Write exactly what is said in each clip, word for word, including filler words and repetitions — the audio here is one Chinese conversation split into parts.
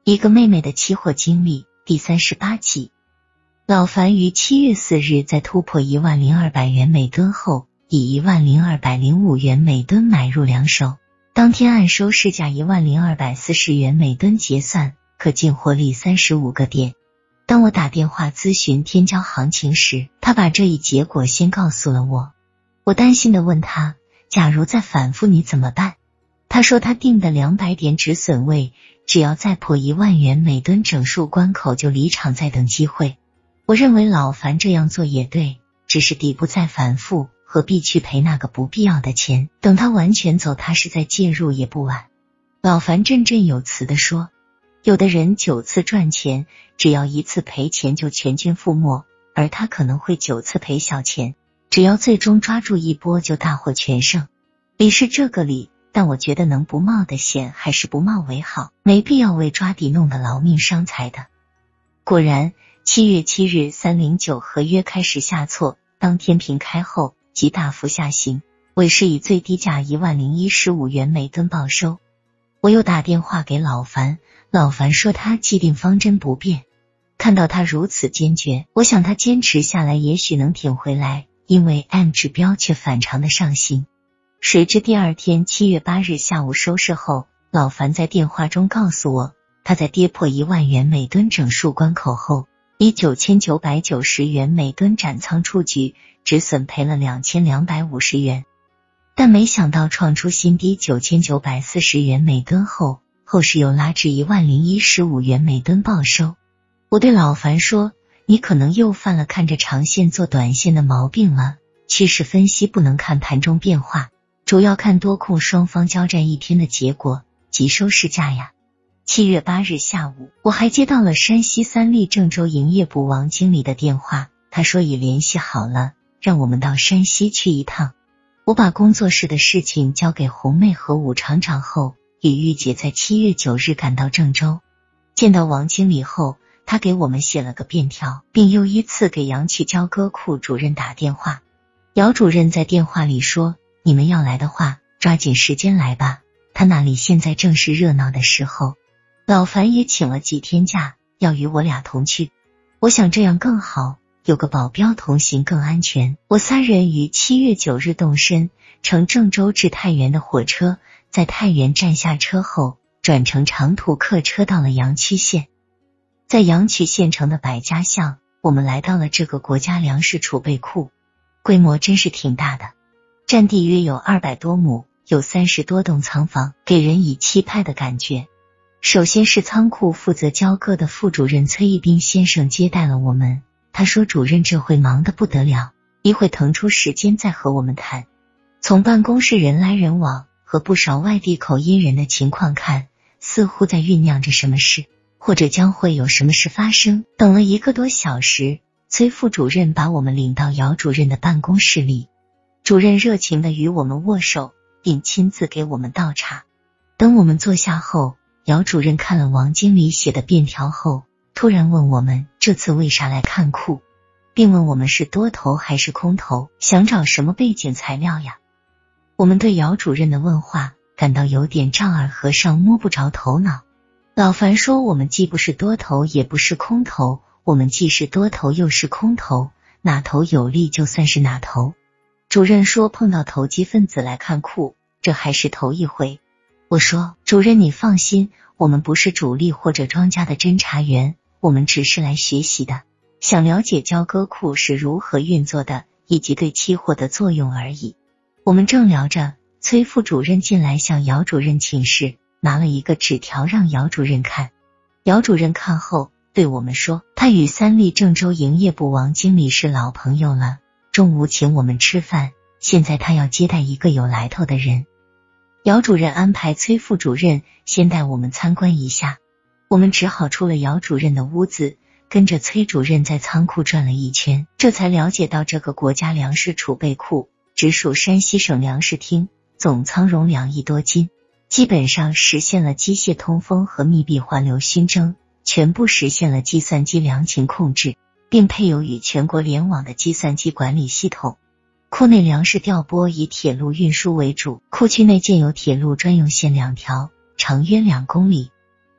一个妹妹的期货经历第三十八集。老樊于七月四日在突破一万零二百元每吨后，以一万零二百零五元每吨买入两手，当天按收市价一万零二百四十元每吨结算，可净获利三十五个点。当我打电话咨询天骄行情时，他把这一结果先告诉了我。我担心地问他，假如再反复你怎么办？他说他定的两百点止损位，只要再破一万元每吨整数关口就离场再等机会。我认为老樊这样做也对，只是底部再反复，何必去赔那个不必要的钱，等他完全走他是再介入也不晚。老樊振振有词地说，有的人九次赚钱，只要一次赔钱就全军覆没，而他可能会九次赔小钱，只要最终抓住一波就大获全胜。理是这个理，但我觉得能不冒的险还是不冒为好，没必要为抓底弄得劳命伤财的。果然七月七日三零九合约开始下挫，当天平开后即大幅下行，尾市以最低价一万零一十五元每吨报收。我又打电话给老樊，老樊说他既定方针不变。看到他如此坚决，我想他坚持下来也许能挺回来，因为 M 指标却反常的上行。谁知第二天七月八日下午收市后，老樊在电话中告诉我，他在跌破一万元每吨整数关口后，以九千九百九十元每吨斩仓出局，止损赔了两千两百五十元。但没想到创出新低九千九百四十元每吨后，后市又拉至一万零一十五元每吨报收。我对老樊说，你可能又犯了看着长线做短线的毛病了，趋势分析不能看盘中变化，主要看多空双方交战一天的结果及收市价呀。七月八日下午，我还接到了山西三利郑州营业部王经理的电话，他说已联系好了，让我们到山西去一趟。我把工作室的事情交给红妹和武厂长后，与玉姐在七月九日赶到郑州。见到王经理后，他给我们写了个便条，并又依次给杨曲交割库主任打电话。姚主任在电话里说，你们要来的话，抓紧时间来吧，他那里现在正是热闹的时候。老樊也请了几天假，要与我俩同去。我想这样更好，有个保镖同行更安全。我三人于七月九日动身，乘郑州至太原的火车，在太原站下车后，转乘长途客车到了阳曲县。在阳曲县城的百家巷，我们来到了这个国家粮食储备库，规模真是挺大的，占地约有二百多亩，有三十多栋仓房，给人以气派的感觉。首先是仓库负责交割的副主任崔一斌先生接待了我们，他说主任这会忙得不得了，一会腾出时间再和我们谈。从办公室人来人往和不少外地口音人的情况看，似乎在酝酿着什么事，或者将会有什么事发生。等了一个多小时，崔副主任把我们领到姚主任的办公室里，主任热情地与我们握手，并亲自给我们倒茶。等我们坐下后，姚主任看了王经理写的便条后，突然问我们这次为啥来看库，并问我们是多头还是空头，想找什么背景材料呀。我们对姚主任的问话感到有点丈二和尚摸不着头脑。老樊说我们既不是多头也不是空头，我们既是多头又是空头，哪头有利就算是哪头。主任说碰到投机分子来看库，这还是头一回。我说主任你放心，我们不是主力或者庄家的侦查员，我们只是来学习的，想了解交割库是如何运作的，以及对期货的作用而已。我们正聊着，崔副主任进来向姚主任请示，拿了一个纸条让姚主任看。姚主任看后对我们说，他与三利郑州营业部王经理是老朋友了，中午请我们吃饭，现在他要接待一个有来头的人。姚主任安排崔副主任先带我们参观一下，我们只好出了姚主任的屋子，跟着崔主任在仓库转了一圈，这才了解到这个国家粮食储备库直属山西省粮食厅，总仓容两亿多斤，基本上实现了机械通风和密闭环流熏蒸，全部实现了计算机良情控制，并配有与全国联网的计算机管理系统。库内粮食调拨以铁路运输为主，库区内建有铁路专用线两条，长约两公里。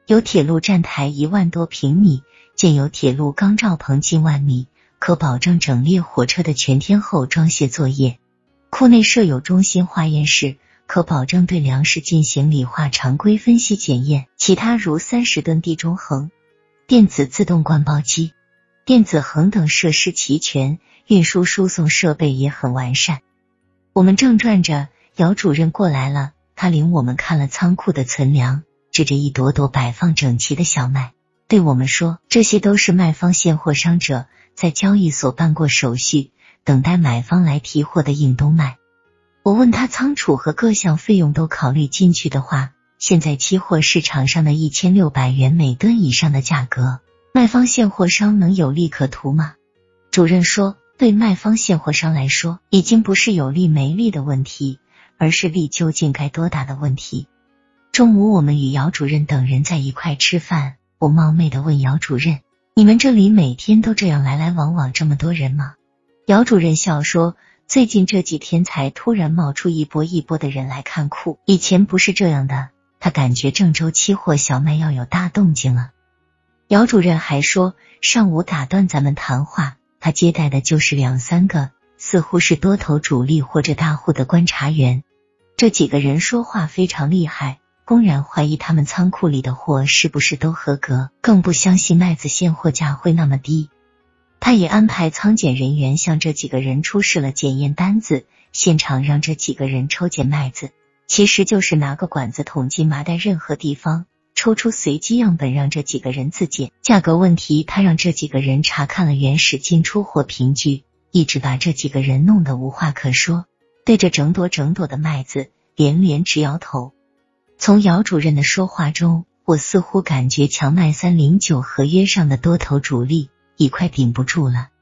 有铁路站台一万多平米，建有铁路钢罩棚近万米，可保证整列火车的全天候装卸作业。库内设有中心化验室，可保证对粮食进行理化常规分析检验，其他如三十吨地中横、电子自动灌包机、电子横等设施齐全，运输输送设备也很完善。我们正转着，姚主任过来了，他领我们看了仓库的存粮，指着一朵朵摆放整齐的小麦，对我们说，这些都是卖方现货商者在交易所办过手续，等待买方来提货的硬冬麦。我问他，仓储和各项费用都考虑进去的话，现在期货市场上的一千六百元每吨以上的价格，卖方现货商能有利可图吗？主任说，对卖方现货商来说，已经不是有利没利的问题，而是利究竟该多大的问题。中午我们与姚主任等人在一块吃饭，我冒昧地问姚主任，你们这里每天都这样来来往往这么多人吗？姚主任笑说，最近这几天才突然冒出一波一波的人来看库，以前不是这样的，他感觉郑州期货小麦要有大动静了。姚主任还说，上午打断咱们谈话，他接待的就是两三个，似乎是多头主力或者大户的观察员。这几个人说话非常厉害，公然怀疑他们仓库里的货是不是都合格，更不相信麦子现货价会那么低。他也安排仓检人员向这几个人出示了检验单子，现场让这几个人抽检麦子，其实就是拿个管子捅进麻袋任何地方，抽出随机样本让这几个人自检。价格问题他让这几个人查看了原始进出货凭据，一直把这几个人弄得无话可说，对着整朵整朵的麦子连连直摇头。从姚主任的说话中，我似乎感觉荞麦三零九合约上的多头主力已快顶不住了。